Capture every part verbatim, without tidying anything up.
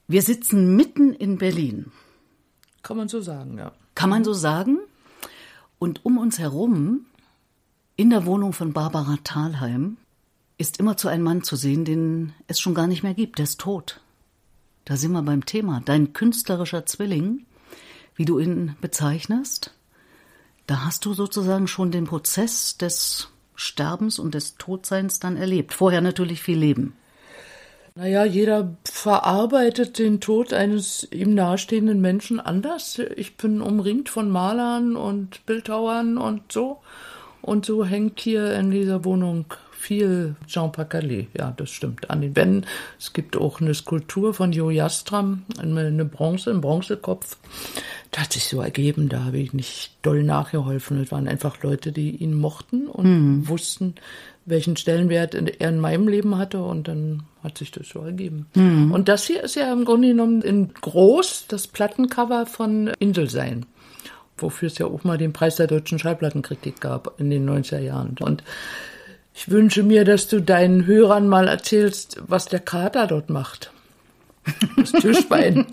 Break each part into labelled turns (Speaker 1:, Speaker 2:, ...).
Speaker 1: Wir sitzen mitten in Berlin.
Speaker 2: Kann man so sagen, ja.
Speaker 1: Kann man so sagen? Und um uns herum, in der Wohnung von Barbara Thalheim, ist immerzu ein Mann zu sehen, den es schon gar nicht mehr gibt. Der ist tot. Da sind wir beim Thema. Dein künstlerischer Zwilling, wie du ihn bezeichnest, da hast du sozusagen schon den Prozess des Sterbens und des Todseins dann erlebt. Vorher natürlich viel Leben.
Speaker 2: Naja, jeder verarbeitet den Tod eines ihm nahestehenden Menschen anders. Ich bin umringt von Malern und Bildhauern und so. Und so hängt hier in dieser Wohnung viel Jean Pacarlet. Ja, das stimmt. An den Wänden. Es gibt auch eine Skulptur von Jo Jastram, eine Bronze, ein Bronzekopf. Das hat sich so ergeben, da habe ich nicht doll nachgeholfen. Es waren einfach Leute, die ihn mochten und mhm. wussten, welchen Stellenwert er in meinem Leben hatte, und dann hat sich das so ergeben. Mhm. Und das hier ist ja im Grunde genommen in groß das Plattencover von Inselsein, wofür es ja auch mal den Preis der deutschen Schallplattenkritik gab in den neunziger Jahren. Und ich wünsche mir, dass du deinen Hörern mal erzählst, was der Kater dort macht. Das Tischbein.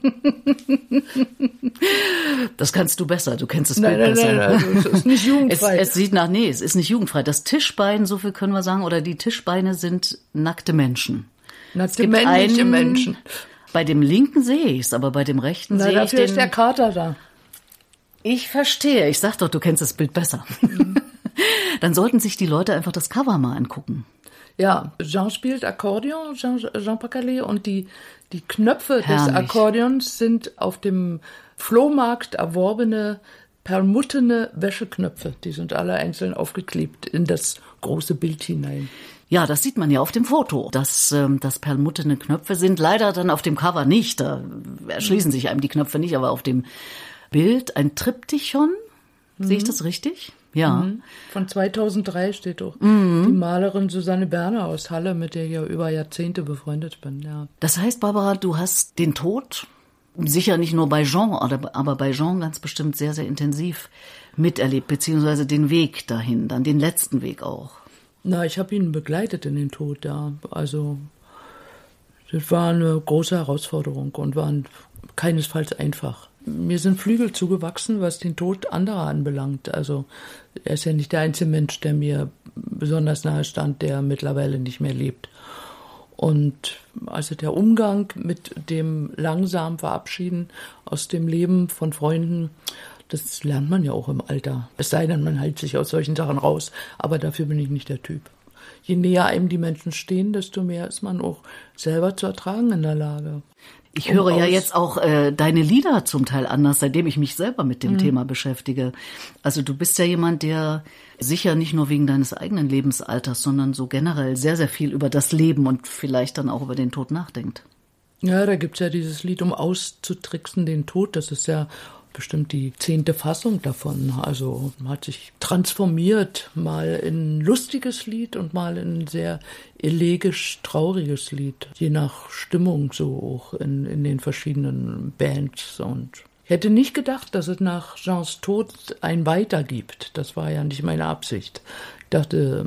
Speaker 1: Das kannst du besser, du kennst es
Speaker 2: nein,
Speaker 1: Bild
Speaker 2: nein,
Speaker 1: besser.
Speaker 2: Nein, nein, also es ist nicht jugendfrei.
Speaker 1: Es, es sieht nach, nee, es ist nicht jugendfrei. Das Tischbein, so viel können wir sagen, oder die Tischbeine sind nackte Menschen.
Speaker 2: Nackte männliche einen, Menschen.
Speaker 1: Bei dem linken sehe ich es, aber bei dem rechten
Speaker 2: Na,
Speaker 1: sehe ich den...
Speaker 2: dafür ist der Kater da.
Speaker 1: Ich verstehe, ich sag doch, du kennst das Bild besser. Mhm. Dann sollten sich die Leute einfach das Cover mal angucken.
Speaker 2: Ja, Jean spielt Akkordeon, Jean, Jean Pacarlet, und die, die Knöpfe
Speaker 1: Herrlich.
Speaker 2: des Akkordeons sind auf dem Flohmarkt erworbene, perlmuttene Wäscheknöpfe. Die sind alle einzeln aufgeklebt in das große Bild hinein.
Speaker 1: Ja, das sieht man ja auf dem Foto, dass ähm, das perlmuttene Knöpfe sind. Leider dann auf dem Cover nicht, da erschließen sich einem die Knöpfe nicht, aber auf dem Bild ein Triptychon. Mhm. Sehe ich das richtig? Ja.
Speaker 2: Mhm. Von zweitausenddrei steht doch. Mhm. Die Malerin Susanne Berner aus Halle, mit der ich ja über Jahrzehnte befreundet bin. Ja.
Speaker 1: Das heißt, Barbara, du hast den Tod sicher nicht nur bei Jean, aber bei Jean ganz bestimmt sehr, sehr intensiv miterlebt, beziehungsweise den Weg dahin, dann den letzten Weg auch.
Speaker 2: Na, ich habe ihn begleitet in den Tod, ja. Also, das war eine große Herausforderung und war keinesfalls einfach. Mir sind Flügel zugewachsen, was den Tod anderer anbelangt. Also er ist ja nicht der einzige Mensch, der mir besonders nahe stand, der mittlerweile nicht mehr lebt. Und also der Umgang mit dem langsam Verabschieden aus dem Leben von Freunden, das lernt man ja auch im Alter. Es sei denn, man hält sich aus solchen Sachen raus. Aber dafür bin ich nicht der Typ. Je näher einem die Menschen stehen, desto mehr ist man auch selber zu ertragen in der Lage.
Speaker 1: Ich höre um ja jetzt auch äh, deine Lieder zum Teil anders, seitdem ich mich selber mit dem mhm. Thema beschäftige. Also du bist ja jemand, der sicher nicht nur wegen deines eigenen Lebensalters, sondern so generell sehr, sehr viel über das Leben und vielleicht dann auch über den Tod nachdenkt.
Speaker 2: Ja, da gibt's ja dieses Lied, um auszutricksen den Tod. Das ist ja bestimmt die zehnte Fassung davon. Also man hat sich transformiert, mal in ein lustiges Lied und mal in ein sehr elegisch trauriges Lied, je nach Stimmung so auch in, in den verschiedenen Bands. Und ich hätte nicht gedacht, dass es nach Jeans Tod ein Weiter gibt. Das war ja nicht meine Absicht. Ich dachte,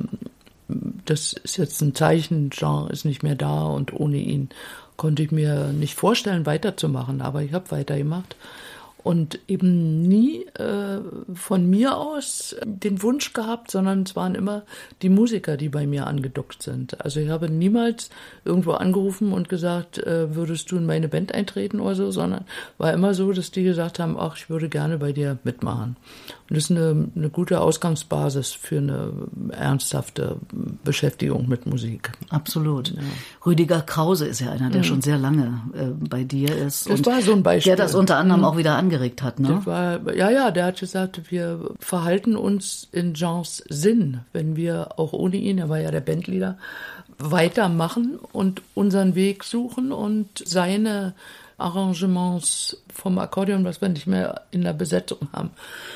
Speaker 2: das ist jetzt ein Zeichen, Jean ist nicht mehr da, und ohne ihn konnte ich mir nicht vorstellen, weiterzumachen. Aber ich habe weitergemacht. Und eben nie äh, von mir aus den Wunsch gehabt, sondern es waren immer die Musiker, die bei mir angedockt sind. Also ich habe niemals irgendwo angerufen und gesagt, äh, würdest du in meine Band eintreten oder so, sondern war immer so, dass die gesagt haben, ach, ich würde gerne bei dir mitmachen. Und das ist eine, eine gute Ausgangsbasis für eine ernsthafte Beschäftigung mit Musik.
Speaker 1: Absolut. Ja. Rüdiger Krause ist ja einer, der mhm. schon sehr lange äh, bei dir ist.
Speaker 2: Das
Speaker 1: und
Speaker 2: war so ein Beispiel.
Speaker 1: Der das unter anderem mhm. auch wieder angeregt hat, ne?
Speaker 2: Das war, ja, ja, der hat gesagt, wir verhalten uns in Jeans Sinn, wenn wir auch ohne ihn, er war ja der Bandleader, weitermachen und unseren Weg suchen und seine Arrangements vom Akkordeon, was wir nicht mehr in der Besetzung haben,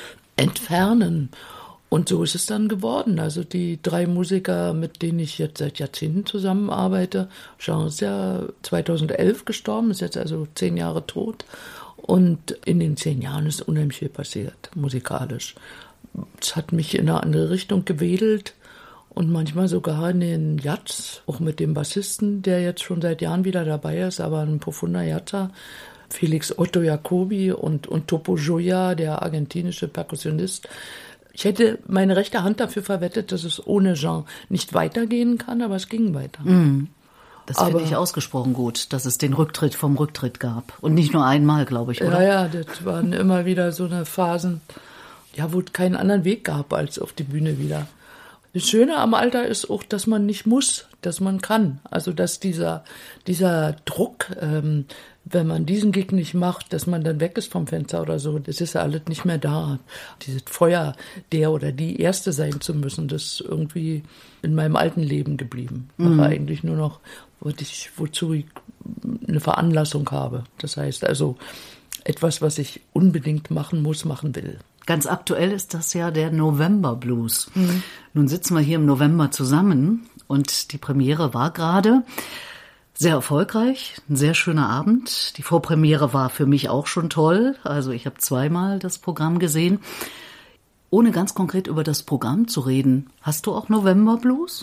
Speaker 2: entfernen. Und so ist es dann geworden. Also die drei Musiker, mit denen ich jetzt seit Jahrzehnten zusammenarbeite, Jean ist ja zweitausendelf gestorben, ist jetzt also zehn Jahre tot. Und in den zehn Jahren ist unheimlich viel passiert, musikalisch. Es hat mich in eine andere Richtung gewedelt und manchmal sogar in den Jazz, auch mit dem Bassisten, der jetzt schon seit Jahren wieder dabei ist, aber ein profunder Jazzer, Felix Otto Jacobi und, und Topo Gioia, der argentinische Perkussionist. Ich hätte meine rechte Hand dafür verwettet, dass es ohne Jean nicht weitergehen kann, aber es ging weiter.
Speaker 1: Mm. Das finde ich ausgesprochen gut, dass es den Rücktritt vom Rücktritt gab. Und nicht nur einmal, glaube ich, oder?
Speaker 2: Ja, ja, das waren immer wieder so eine Phasen, ja, wo es keinen anderen Weg gab als auf die Bühne wieder. Das Schöne am Alter ist auch, dass man nicht muss, dass man kann. Also dass dieser, dieser Druck, ähm, wenn man diesen Gig nicht macht, dass man dann weg ist vom Fenster oder so, das ist ja alles nicht mehr da. Dieses Feuer, der oder die Erste sein zu müssen, das ist irgendwie in meinem alten Leben geblieben. Ich mache mhm. eigentlich nur noch, wozu ich eine Veranlassung habe. Das heißt also etwas, was ich unbedingt machen muss, machen will.
Speaker 1: Ganz aktuell ist das ja der November Blues. Mhm. Nun sitzen wir hier im November zusammen und die Premiere war gerade sehr erfolgreich, ein sehr schöner Abend. Die Vorpremiere war für mich auch schon toll. Also ich habe zweimal das Programm gesehen. Ohne ganz konkret über das Programm zu reden, hast du auch November Blues?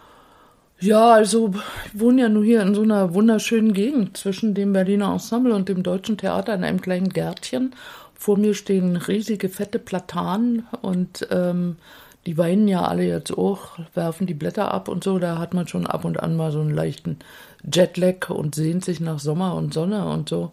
Speaker 2: Ja, also ich wohne ja nur hier in so einer wunderschönen Gegend zwischen dem Berliner Ensemble und dem Deutschen Theater in einem kleinen Gärtchen. Vor mir stehen riesige, fette Platanen und ähm, die weinen ja alle jetzt auch, werfen die Blätter ab und so. Da hat man schon ab und an mal so einen leichten Jetlag und sehnt sich nach Sommer und Sonne und so.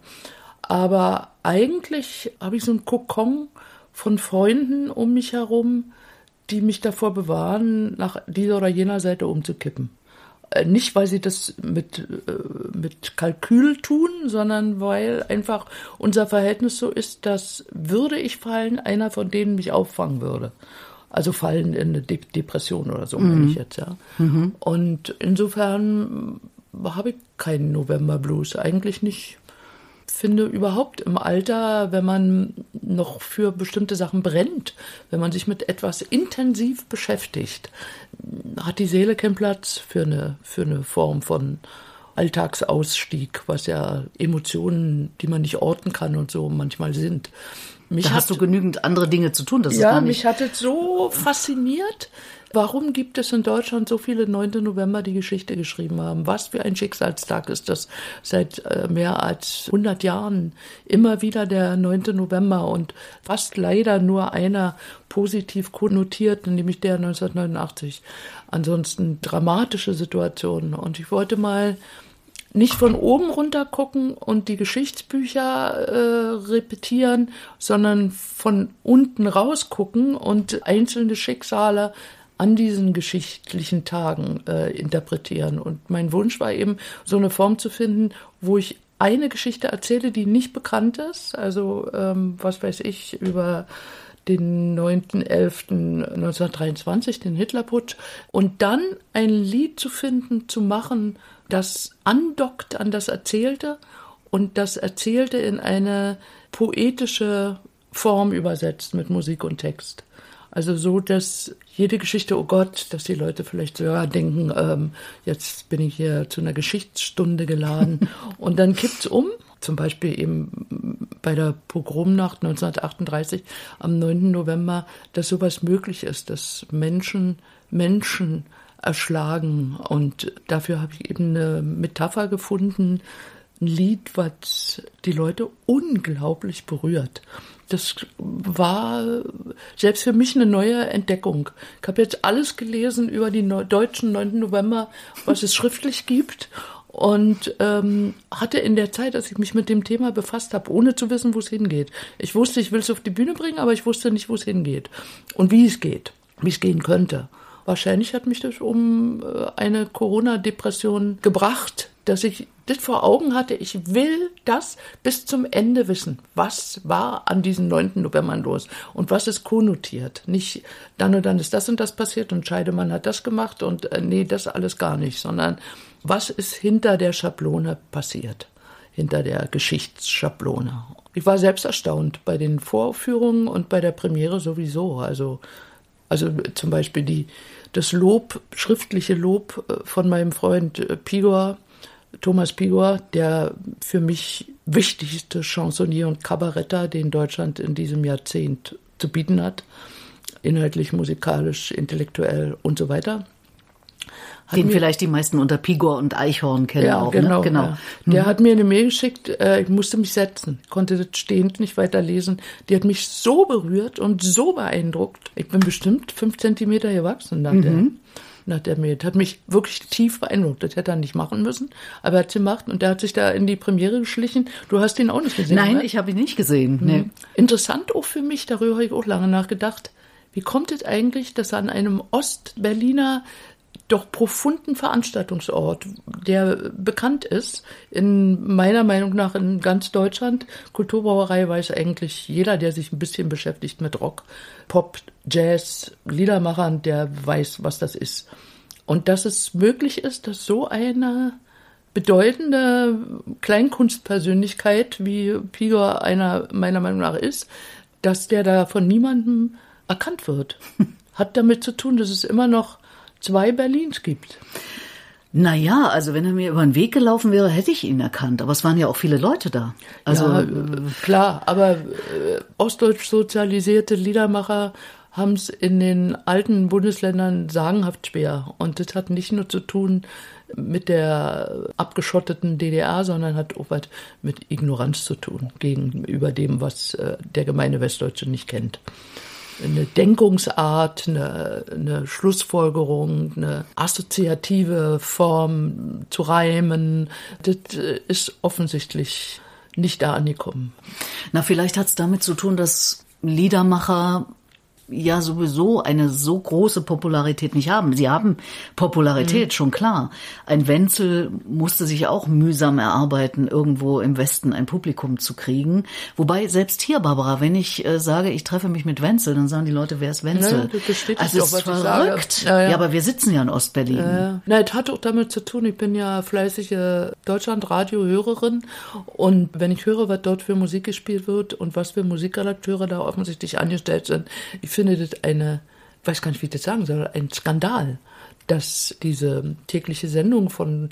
Speaker 2: Aber eigentlich habe ich so einen Kokon von Freunden um mich herum, die mich davor bewahren, nach dieser oder jener Seite umzukippen. Nicht, weil sie das mit, mit Kalkül tun, sondern weil einfach unser Verhältnis so ist, dass würde ich fallen, einer von denen mich auffangen würde. Also fallen in eine De- Depression oder so, meine mhm. ich jetzt, ja. Mhm. Und insofern habe ich keinen November Blues, eigentlich nicht. Finde überhaupt im Alter, wenn man noch für bestimmte Sachen brennt, wenn man sich mit etwas intensiv beschäftigt, hat die Seele keinen Platz für eine, für eine Form von Alltagsausstieg, was ja Emotionen, die man nicht orten kann und so manchmal sind. Mich
Speaker 1: da hast hat, du genügend andere Dinge zu tun. Das
Speaker 2: ja,
Speaker 1: ist gar nicht
Speaker 2: mich hat es so fasziniert. Warum gibt es in Deutschland so viele neunten November, die Geschichte geschrieben haben? Was für ein Schicksalstag ist das seit äh, mehr als hundert Jahren immer wieder der neunten November und fast leider nur einer positiv konnotiert, nämlich der neunzehnhundertneunundachtzig. Ansonsten dramatische Situationen. Und ich wollte mal nicht von oben runter gucken und die Geschichtsbücher äh, repetieren, sondern von unten raus gucken und einzelne Schicksale an diesen geschichtlichen Tagen äh, interpretieren. Und mein Wunsch war eben, so eine Form zu finden, wo ich eine Geschichte erzähle, die nicht bekannt ist, also ähm, was weiß ich, über den neunten elften neunzehnhundertdreiundzwanzig, den Hitlerputsch, und dann ein Lied zu finden, zu machen, das andockt an das Erzählte und das Erzählte in eine poetische Form übersetzt mit Musik und Text. Also so, dass jede Geschichte, oh Gott, dass die Leute vielleicht so ja, denken, ähm, jetzt bin ich hier zu einer Geschichtsstunde geladen. Und dann kippt's um, zum Beispiel eben bei der Pogromnacht neunzehnhundertachtunddreißig am neunten November, dass sowas möglich ist, dass Menschen Menschen erschlagen. Und dafür habe ich eben eine Metapher gefunden, ein Lied, was die Leute unglaublich berührt. Das war selbst für mich eine neue Entdeckung. Ich habe jetzt alles gelesen über die Neu- deutschen neunten November, was es schriftlich gibt. Und ähm, hatte in der Zeit, als ich mich mit dem Thema befasst habe, ohne zu wissen, wo es hingeht. Ich wusste, ich will es auf die Bühne bringen, aber ich wusste nicht, wo es hingeht. Und wie es geht, wie es gehen könnte. Wahrscheinlich hat mich das um eine Corona-Depression gebracht, dass ich das vor Augen hatte, ich will das bis zum Ende wissen. Was war an diesem neunten November los und was ist konnotiert? Nicht dann und dann ist das und das passiert und Scheidemann hat das gemacht und äh, nee, das alles gar nicht, sondern was ist hinter der Schablone passiert, hinter der Geschichtsschablone. Ich war selbst erstaunt bei den Vorführungen und bei der Premiere sowieso, also Also zum Beispiel die, das Lob, schriftliche Lob von meinem Freund Pigor, Thomas Pigor, der für mich wichtigste Chansonnier und Kabaretter, den Deutschland in diesem Jahrzehnt zu bieten hat, inhaltlich, musikalisch, intellektuell und so weiter.
Speaker 1: Den vielleicht die meisten unter Pigor und Eichhorn kennen
Speaker 2: ja,
Speaker 1: auch.
Speaker 2: Genau,
Speaker 1: ne? genau.
Speaker 2: Ja. Der mhm. hat mir eine Mail geschickt, äh, ich musste mich setzen, konnte das stehend nicht weiterlesen. Die hat mich so berührt und so beeindruckt. Ich bin bestimmt fünf Zentimeter gewachsen nach mhm. der nach der Mail. Das hat mich wirklich tief beeindruckt. Das hätte er nicht machen müssen, aber er hat es gemacht und der hat sich da in die Premiere geschlichen. Du hast ihn auch nicht gesehen,
Speaker 1: Nein,
Speaker 2: oder?
Speaker 1: Ich habe ihn nicht gesehen.
Speaker 2: Mhm. Nee. Interessant auch für mich, darüber habe ich auch lange nachgedacht. Wie kommt es eigentlich, dass an einem Ostberliner doch profunden Veranstaltungsort, der bekannt ist, in meiner Meinung nach in ganz Deutschland. Kulturbrauerei weiß eigentlich jeder, der sich ein bisschen beschäftigt mit Rock, Pop, Jazz, Liedermachern, der weiß, was das ist. Und dass es möglich ist, dass so eine bedeutende Kleinkunstpersönlichkeit, wie Pigor einer meiner Meinung nach ist, dass der da von niemandem erkannt wird. Hat damit zu tun, dass es immer noch zwei Berlins gibt.
Speaker 1: Naja, also wenn er mir über den Weg gelaufen wäre, hätte ich ihn erkannt. Aber es waren ja auch viele Leute da. Also
Speaker 2: ja, klar, aber äh, ostdeutsch sozialisierte Liedermacher haben es in den alten Bundesländern sagenhaft schwer. Und das hat nicht nur zu tun mit der abgeschotteten D D R, sondern hat auch was mit Ignoranz zu tun gegenüber dem, was äh, der gemeine Westdeutsche nicht kennt. Eine Denkungsart, eine, eine Schlussfolgerung, eine assoziative Form zu reimen, das ist offensichtlich nicht da angekommen.
Speaker 1: Na, vielleicht hat es damit zu tun, dass Liedermacher ja sowieso eine so große Popularität nicht haben. Sie haben Popularität, mhm. schon klar. Ein Wenzel musste sich auch mühsam erarbeiten, irgendwo im Westen ein Publikum zu kriegen. Wobei selbst hier, Barbara, wenn ich äh, sage, ich treffe mich mit Wenzel, dann sagen die Leute, wer ist Wenzel?
Speaker 2: Ja, das steht
Speaker 1: also
Speaker 2: doch,
Speaker 1: ist verrückt. Ja, ja. ja, aber wir sitzen ja in Ostberlin.
Speaker 2: Ja. Na, es hat auch damit zu tun, ich bin ja fleißige Deutschlandradio-Hörerin und wenn ich höre, was dort für Musik gespielt wird und was für Musikredakteure da offensichtlich angestellt sind, ich finde das eine, ich weiß gar nicht, wie ich das sagen soll, ein Skandal, dass diese tägliche Sendung von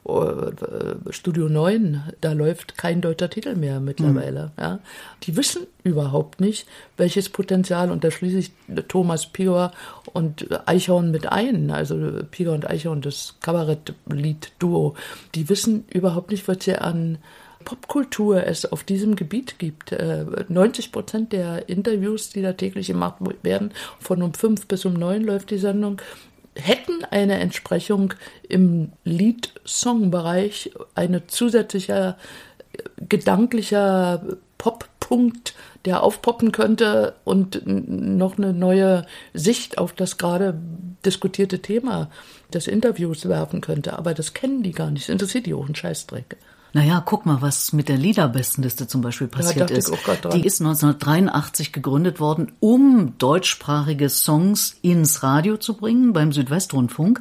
Speaker 2: äh, Studio neun, da läuft kein deutscher Titel mehr mittlerweile. Mhm. Ja. Die wissen überhaupt nicht, welches Potenzial, und da schließe ich Thomas Pigor und Eichhorn mit ein, also Pigor und Eichhorn, das Kabarettlied-Duo, die wissen überhaupt nicht, was sie an Popkultur es auf diesem Gebiet gibt. Äh, neunzig Prozent der Interviews, die da täglich gemacht werden, von um fünf bis um neun läuft die Sendung, hätten eine Entsprechung im Lied-Song-Bereich, eine zusätzlicher gedanklicher Pop-Punkt, der aufpoppen könnte und noch eine neue Sicht auf das gerade diskutierte Thema des Interviews werfen könnte. Aber das kennen die gar nicht. Das interessiert die auch einen Scheißdreck.
Speaker 1: Naja, guck mal, was mit der Liederbestenliste zum Beispiel passiert ja, ist. Die ist neunzehnhundertdreiundachtzig gegründet worden, um deutschsprachige Songs ins Radio zu bringen beim Südwestrundfunk.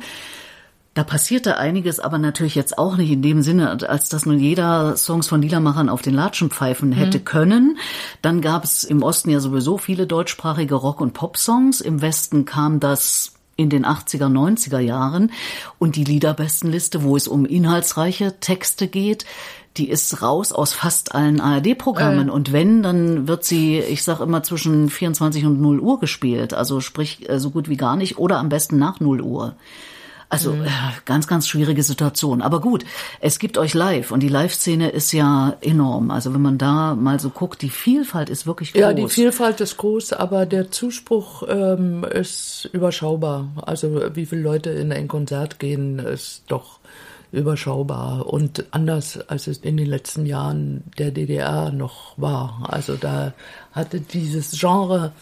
Speaker 1: Da passierte einiges, aber natürlich jetzt auch nicht in dem Sinne, als dass nun jeder Songs von Liedermachern auf den Latschen pfeifen hätte mhm. können. Dann gab es im Osten ja sowieso viele deutschsprachige Rock- und Pop-Songs. Im Westen kam das in den achtziger, neunziger Jahren. Und die Liederbestenliste, wo es um inhaltsreiche Texte geht, die ist raus aus fast allen A R D-Programmen. Äh. Und wenn, dann wird sie, ich sag immer, zwischen vierundzwanzig und null Uhr gespielt. Also sprich, so gut wie gar nicht. Oder am besten nach null Uhr. Also mhm. ganz, ganz schwierige Situation. Aber gut, es gibt euch live und die Live-Szene ist ja enorm. Also wenn man da mal so guckt, die Vielfalt ist wirklich groß.
Speaker 2: Ja, die Vielfalt ist groß, aber der Zuspruch ähm, ist überschaubar. Also wie viele Leute in ein Konzert gehen, ist doch überschaubar und anders, als es in den letzten Jahren der D D R noch war. Also da hatte dieses Genre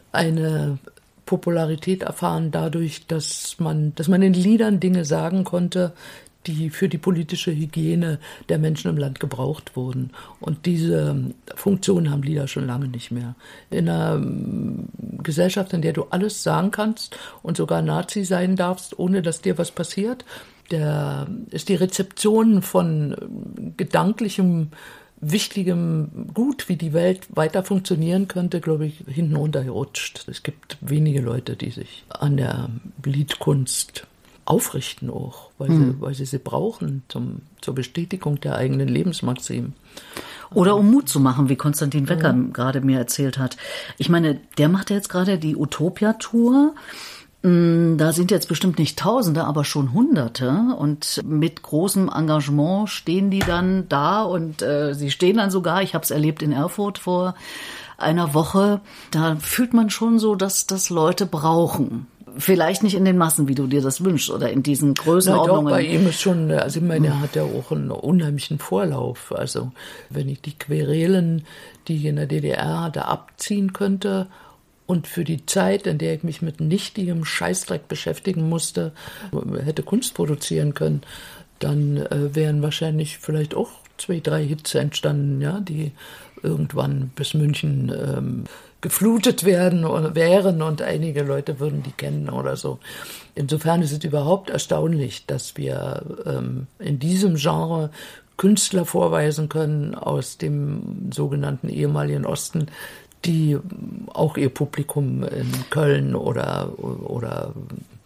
Speaker 2: eine Popularität erfahren dadurch, dass man, dass man in Liedern Dinge sagen konnte, die für die politische Hygiene der Menschen im Land gebraucht wurden. Und diese Funktion haben Lieder schon lange nicht mehr. In einer Gesellschaft, in der du alles sagen kannst und sogar Nazi sein darfst, ohne dass dir was passiert, der ist die Rezeption von gedanklichem, wichtigem Gut, wie die Welt weiter funktionieren könnte, glaube ich, hinten runtergerutscht. Es gibt wenige Leute, die sich an der Liedkunst aufrichten auch, weil, hm. sie, weil sie sie brauchen zum, zur Bestätigung der eigenen Lebensmaximen.
Speaker 1: Oder um Mut zu machen, wie Konstantin Wecker mhm. gerade mir erzählt hat. Ich meine, der macht ja jetzt gerade die Utopia-Tour. Da sind jetzt bestimmt nicht Tausende, aber schon Hunderte. Und mit großem Engagement stehen die dann da und äh, sie stehen dann sogar, ich habe es erlebt in Erfurt vor einer Woche, da fühlt man schon so, dass das Leute brauchen. Vielleicht nicht in den Massen, wie du dir das wünschst, oder in diesen Größenordnungen.
Speaker 2: Na doch, bei ihm ist schon, also ich meine, er hat ja auch einen unheimlichen Vorlauf. Also wenn ich die Querelen, die ich in der D D R hatte, abziehen könnte und für die Zeit, in der ich mich mit nichtigem Scheißdreck beschäftigen musste, hätte Kunst produzieren können, dann äh, wären wahrscheinlich vielleicht auch zwei, drei Hits entstanden, ja, die irgendwann bis München ähm, geflutet werden oder wären und einige Leute würden die kennen oder so. Insofern ist es überhaupt erstaunlich, dass wir ähm, in diesem Genre Künstler vorweisen können aus dem sogenannten ehemaligen Osten, die auch ihr Publikum in Köln oder, oder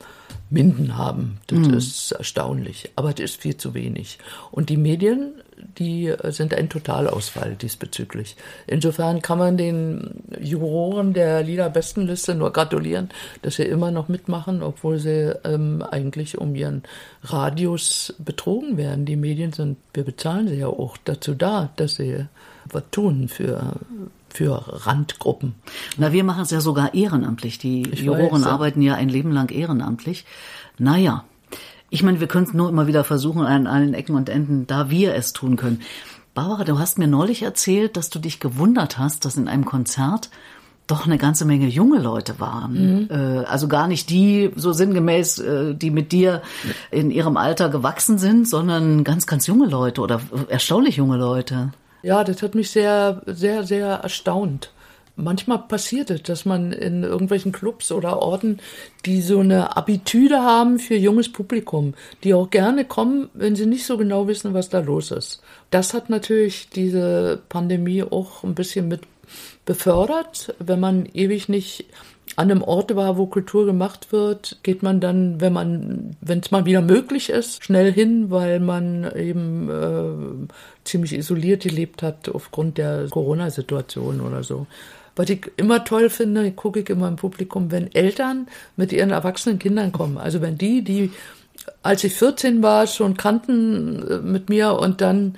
Speaker 2: Minden haben. Das mhm. ist erstaunlich. Aber das ist viel zu wenig. Und die Medien, die sind ein Totalausfall diesbezüglich. Insofern kann man den Juroren der Liederbestenliste nur gratulieren, dass sie immer noch mitmachen, obwohl sie ähm, eigentlich um ihren Radius betrogen werden. Die Medien sind, wir bezahlen sie ja auch dazu da, dass sie was tun für für Randgruppen.
Speaker 1: Na, wir machen es ja sogar ehrenamtlich. Die
Speaker 2: ich
Speaker 1: Juroren
Speaker 2: weiß, ja.
Speaker 1: arbeiten ja ein Leben lang ehrenamtlich. Naja, ich meine, wir können es nur immer wieder versuchen, an allen Ecken und Enden, da wir es tun können. Barbara, du hast mir neulich erzählt, dass du dich gewundert hast, dass in einem Konzert doch eine ganze Menge junge Leute waren. Mhm. Äh, also gar nicht die, so sinngemäß, äh, die mit dir in ihrem Alter gewachsen sind, sondern ganz, ganz junge Leute oder erstaunlich junge Leute.
Speaker 2: Ja, das hat mich sehr, sehr, sehr erstaunt. Manchmal passiert es, dass man in irgendwelchen Clubs oder Orten, die so eine Attitüde haben für junges Publikum, die auch gerne kommen, wenn sie nicht so genau wissen, was da los ist. Das hat natürlich diese Pandemie auch ein bisschen mit befördert. Wenn man ewig nicht an einem Ort war, wo Kultur gemacht wird, geht man dann, wenn man, wenn es mal wieder möglich ist, schnell hin, weil man eben äh, ziemlich isoliert gelebt hat aufgrund der Corona-Situation oder so. Was ich immer toll finde, gucke ich immer im Publikum, wenn Eltern mit ihren erwachsenen Kindern kommen. Also wenn die, die als ich vierzehn war, schon kannten mit mir und dann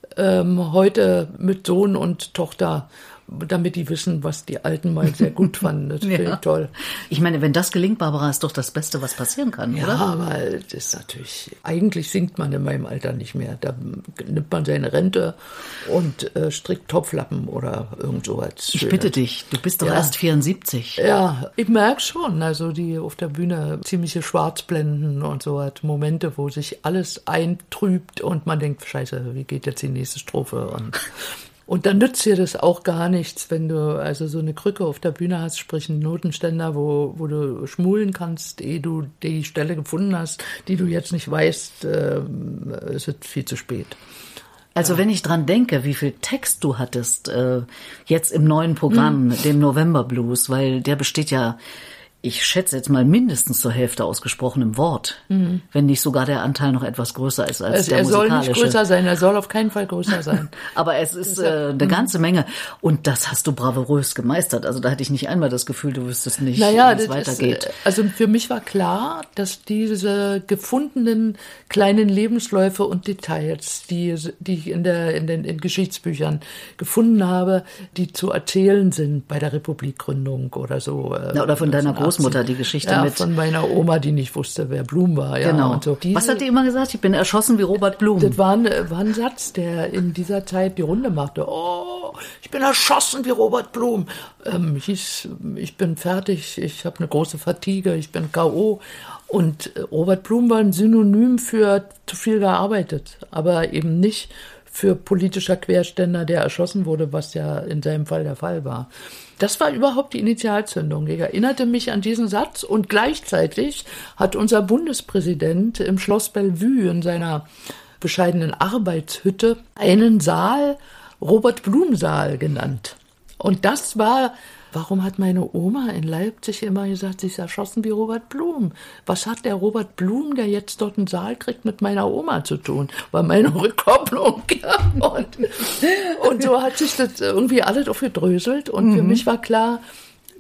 Speaker 2: ähm, heute mit Sohn und Tochter, damit die wissen, was die Alten mal sehr gut fanden. Das finde ja. ich toll.
Speaker 1: Ich meine, wenn das gelingt, Barbara, ist doch das Beste, was passieren kann,
Speaker 2: ja,
Speaker 1: oder?
Speaker 2: Ja, aber das ist natürlich, eigentlich singt man in meinem Alter nicht mehr. Da nimmt man seine Rente und äh, strickt Topflappen oder irgend sowas.
Speaker 1: Ich bitte dich, du bist doch ja. erst vierundsiebzig.
Speaker 2: Ja, ich merke schon, also die auf der Bühne ziemliche Schwarzblenden und so was, Momente, wo sich alles eintrübt und man denkt, scheiße, wie geht jetzt die nächste Strophe? Und Und dann nützt dir das auch gar nichts, wenn du also so eine Krücke auf der Bühne hast, sprich einen Notenständer, wo, wo du schmulen kannst, ehe du die Stelle gefunden hast, die du jetzt nicht weißt, äh, es wird viel zu spät.
Speaker 1: Also ja. wenn ich dran denke, wie viel Text du hattest äh, jetzt im neuen Programm, mhm. dem November Blues, weil der besteht ja, ich schätze jetzt mal mindestens zur Hälfte ausgesprochen im Wort, mhm. wenn nicht sogar der Anteil noch etwas größer ist als
Speaker 2: es,
Speaker 1: der
Speaker 2: er
Speaker 1: musikalische.
Speaker 2: Er soll nicht größer sein, er soll auf keinen Fall größer sein.
Speaker 1: Aber es ist äh, eine ganze Menge und das hast du bravourös gemeistert. Also da hatte ich nicht einmal das Gefühl, du wüsstest nicht,
Speaker 2: naja,
Speaker 1: wie es weitergeht.
Speaker 2: Ist, also für mich war klar, dass diese gefundenen kleinen Lebensläufe und Details, die, die ich in, der, in den in Geschichtsbüchern gefunden habe, die zu erzählen sind bei der Republikgründung oder so. Äh,
Speaker 1: ja, oder von deiner Großmutter, die Geschichte
Speaker 2: ja,
Speaker 1: mit.
Speaker 2: Von meiner Oma, die nicht wusste, wer Blum war. Ja,
Speaker 1: genau.
Speaker 2: Und so. Diese,
Speaker 1: was hat die immer gesagt? Ich bin erschossen wie Robert Blum.
Speaker 2: Das war ein, war ein Satz, der in dieser Zeit die Runde machte. Oh, ich bin erschossen wie Robert Blum. Ähm, hieß, ich bin fertig, ich habe eine große Fatigue, ich bin K O Und Robert Blum war ein Synonym für zu viel gearbeitet, aber eben nicht für politischer Querständer, der erschossen wurde, was ja in seinem Fall der Fall war. Das war überhaupt die Initialzündung. Ich erinnerte mich an diesen Satz und gleichzeitig hat unser Bundespräsident im Schloss Bellevue in seiner bescheidenen Arbeitshütte einen Saal Robert-Blum-Saal genannt. Und das war, warum hat meine Oma in Leipzig immer gesagt, sie ist erschossen wie Robert Blum? Was hat der Robert Blum, der jetzt dort einen Saal kriegt, mit meiner Oma zu tun? War meine Rückkopplung. Und, und so hat sich das irgendwie alles aufgedröselt. Und mhm. für mich war klar,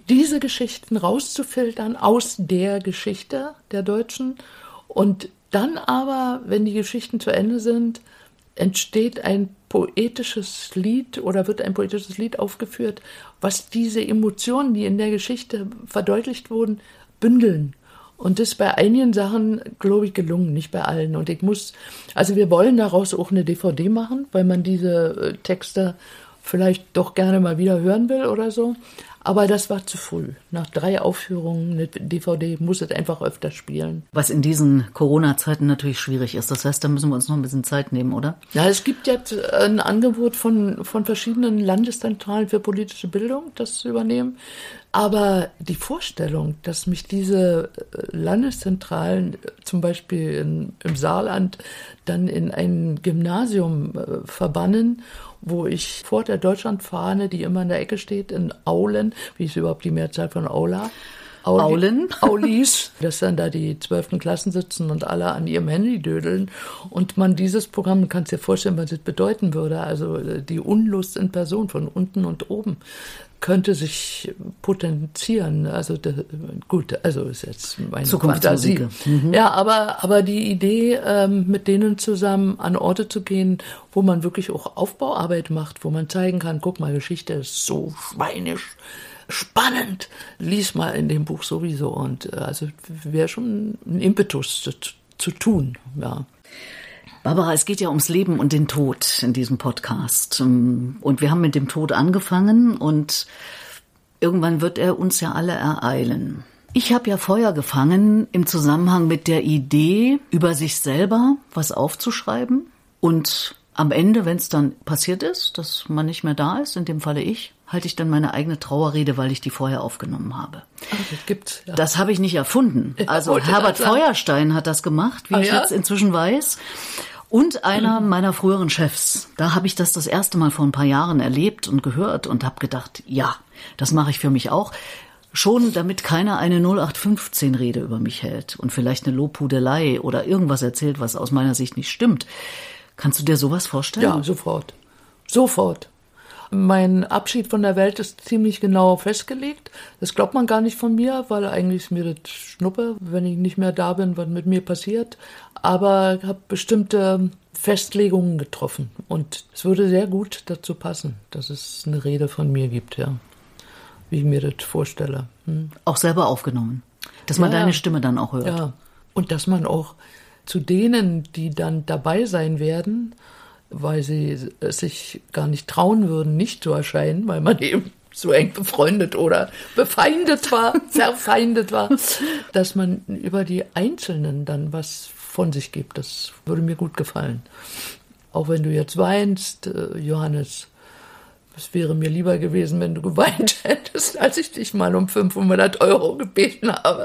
Speaker 2: diese Geschichten rauszufiltern aus der Geschichte der Deutschen. Und dann aber, wenn die Geschichten zu Ende sind, entsteht ein poetisches Lied oder wird ein poetisches Lied aufgeführt, was diese Emotionen, die in der Geschichte verdeutlicht wurden, bündeln. Und das ist bei einigen Sachen, glaube ich, gelungen, nicht bei allen. Und ich muss, also wir wollen daraus auch eine D V D machen, weil man diese Texte vielleicht doch gerne mal wieder hören will oder so. Aber das war zu früh. Nach drei Aufführungen eine D V D muss es einfach öfter spielen.
Speaker 1: Was in diesen Corona-Zeiten natürlich schwierig ist. Das heißt, da müssen wir uns noch ein bisschen Zeit nehmen, oder?
Speaker 2: Ja, es gibt jetzt ein Angebot von, von verschiedenen Landeszentralen für politische Bildung, das zu übernehmen. Aber die Vorstellung, dass mich diese Landeszentralen zum Beispiel in, im Saarland dann in ein Gymnasium äh, verbannen, wo ich vor der Deutschlandfahne, die immer in der Ecke steht, in Aulen, wie ist überhaupt die Mehrzahl von Aula? Auli,
Speaker 1: Aulen?
Speaker 2: Aulis, dass dann da die zwölften Klassen sitzen und alle an ihrem Handy dödeln. Und man dieses Programm, du kannst dir vorstellen, was das bedeuten würde. Also die Unlust in Person von unten und oben könnte sich potenzieren. Also das, gut, also ist jetzt meine Fantasie. Mhm. Ja, aber aber die Idee, ähm, mit denen zusammen an Orte zu gehen, wo man wirklich auch Aufbauarbeit macht, wo man zeigen kann, guck mal, Geschichte ist so schweinisch spannend. Lies mal in dem Buch sowieso. Und also wäre schon ein Impetus zu, zu tun, ja.
Speaker 1: Barbara, es geht ja ums Leben und den Tod in diesem Podcast. Und wir haben mit dem Tod angefangen und irgendwann wird er uns ja alle ereilen. Ich habe ja Feuer gefangen im Zusammenhang mit der Idee, über sich selber was aufzuschreiben. Und am Ende, wenn es dann passiert ist, dass man nicht mehr da ist, in dem Falle ich, halte ich dann meine eigene Trauerrede, weil ich die vorher aufgenommen habe.
Speaker 2: Ach, das gibt's, ja.
Speaker 1: Das habe ich nicht erfunden. Also
Speaker 2: ja,
Speaker 1: Herbert Feuerstein hat das gemacht, wie ah, ich ja? jetzt inzwischen weiß. Und einer mhm. meiner früheren Chefs. Da habe ich das das erste Mal vor ein paar Jahren erlebt und gehört und habe gedacht, ja, das mache ich für mich auch. Schon damit keiner eine null acht fünfzehn Rede über mich hält und vielleicht eine Lobhudelei oder irgendwas erzählt, was aus meiner Sicht nicht stimmt. Kannst du dir sowas vorstellen?
Speaker 2: Ja, sofort. Sofort. Mein Abschied von der Welt ist ziemlich genau festgelegt. Das glaubt man gar nicht von mir, weil eigentlich ist mir das Schnuppe, wenn ich nicht mehr da bin, was mit mir passiert. Aber ich habe bestimmte Festlegungen getroffen. Und es würde sehr gut dazu passen, dass es eine Rede von mir gibt, ja. Wie ich mir das vorstelle. Hm.
Speaker 1: Auch selber aufgenommen? Dass man ja, deine Stimme dann auch hört?
Speaker 2: Ja, und dass man auch zu denen, die dann dabei sein werden, weil sie es sich gar nicht trauen würden, nicht zu erscheinen, weil man eben so eng befreundet oder befeindet war, verfeindet war, dass man über die Einzelnen dann was von sich gibt. Das würde mir gut gefallen. Auch wenn du jetzt weinst, äh, Johannes, es wäre mir lieber gewesen, wenn du geweint hättest, als ich dich mal um fünfhundert Euro gebeten habe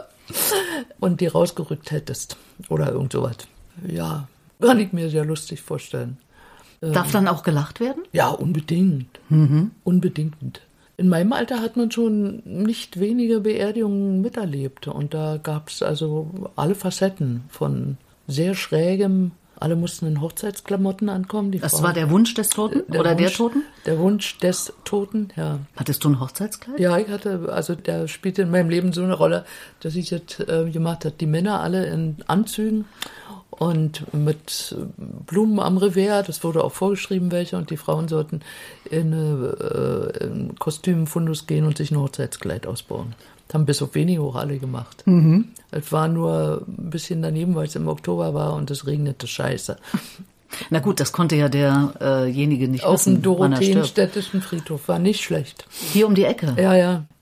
Speaker 2: und die rausgerückt hättest oder irgend sowas. Ja, kann ich mir sehr lustig vorstellen.
Speaker 1: Darf dann auch gelacht werden?
Speaker 2: Ja, unbedingt. Mhm. Unbedingt. In meinem Alter hat man schon nicht wenige Beerdigungen miterlebt. Und da gab es also alle Facetten von sehr schrägem. Alle mussten in Hochzeitsklamotten ankommen. Die
Speaker 1: das
Speaker 2: Frauen,
Speaker 1: war der Wunsch des Toten der oder
Speaker 2: Wunsch,
Speaker 1: der Toten?
Speaker 2: Der Wunsch des Toten, ja.
Speaker 1: Hattest du ein Hochzeitskleid?
Speaker 2: Ja, ich hatte, also der spielte in meinem Leben so eine Rolle, dass ich das äh, gemacht habe. Die Männer alle in Anzügen und mit Blumen am Revers, das wurde auch vorgeschrieben, welche, und die Frauen sollten in, äh, in Kostümfundus gehen und sich ein Hochzeitskleid ausbauen. Das haben bis auf wenige auch alle gemacht. Mhm. Es war nur ein bisschen daneben, weil es im Oktober war und es regnete scheiße.
Speaker 1: Na gut, das konnte ja derjenige äh nicht
Speaker 2: Auf
Speaker 1: wissen.
Speaker 2: Auf dem Dorotheenstädtischen Friedhof, war nicht schlecht.
Speaker 1: Hier um die Ecke?
Speaker 2: Ja, ja.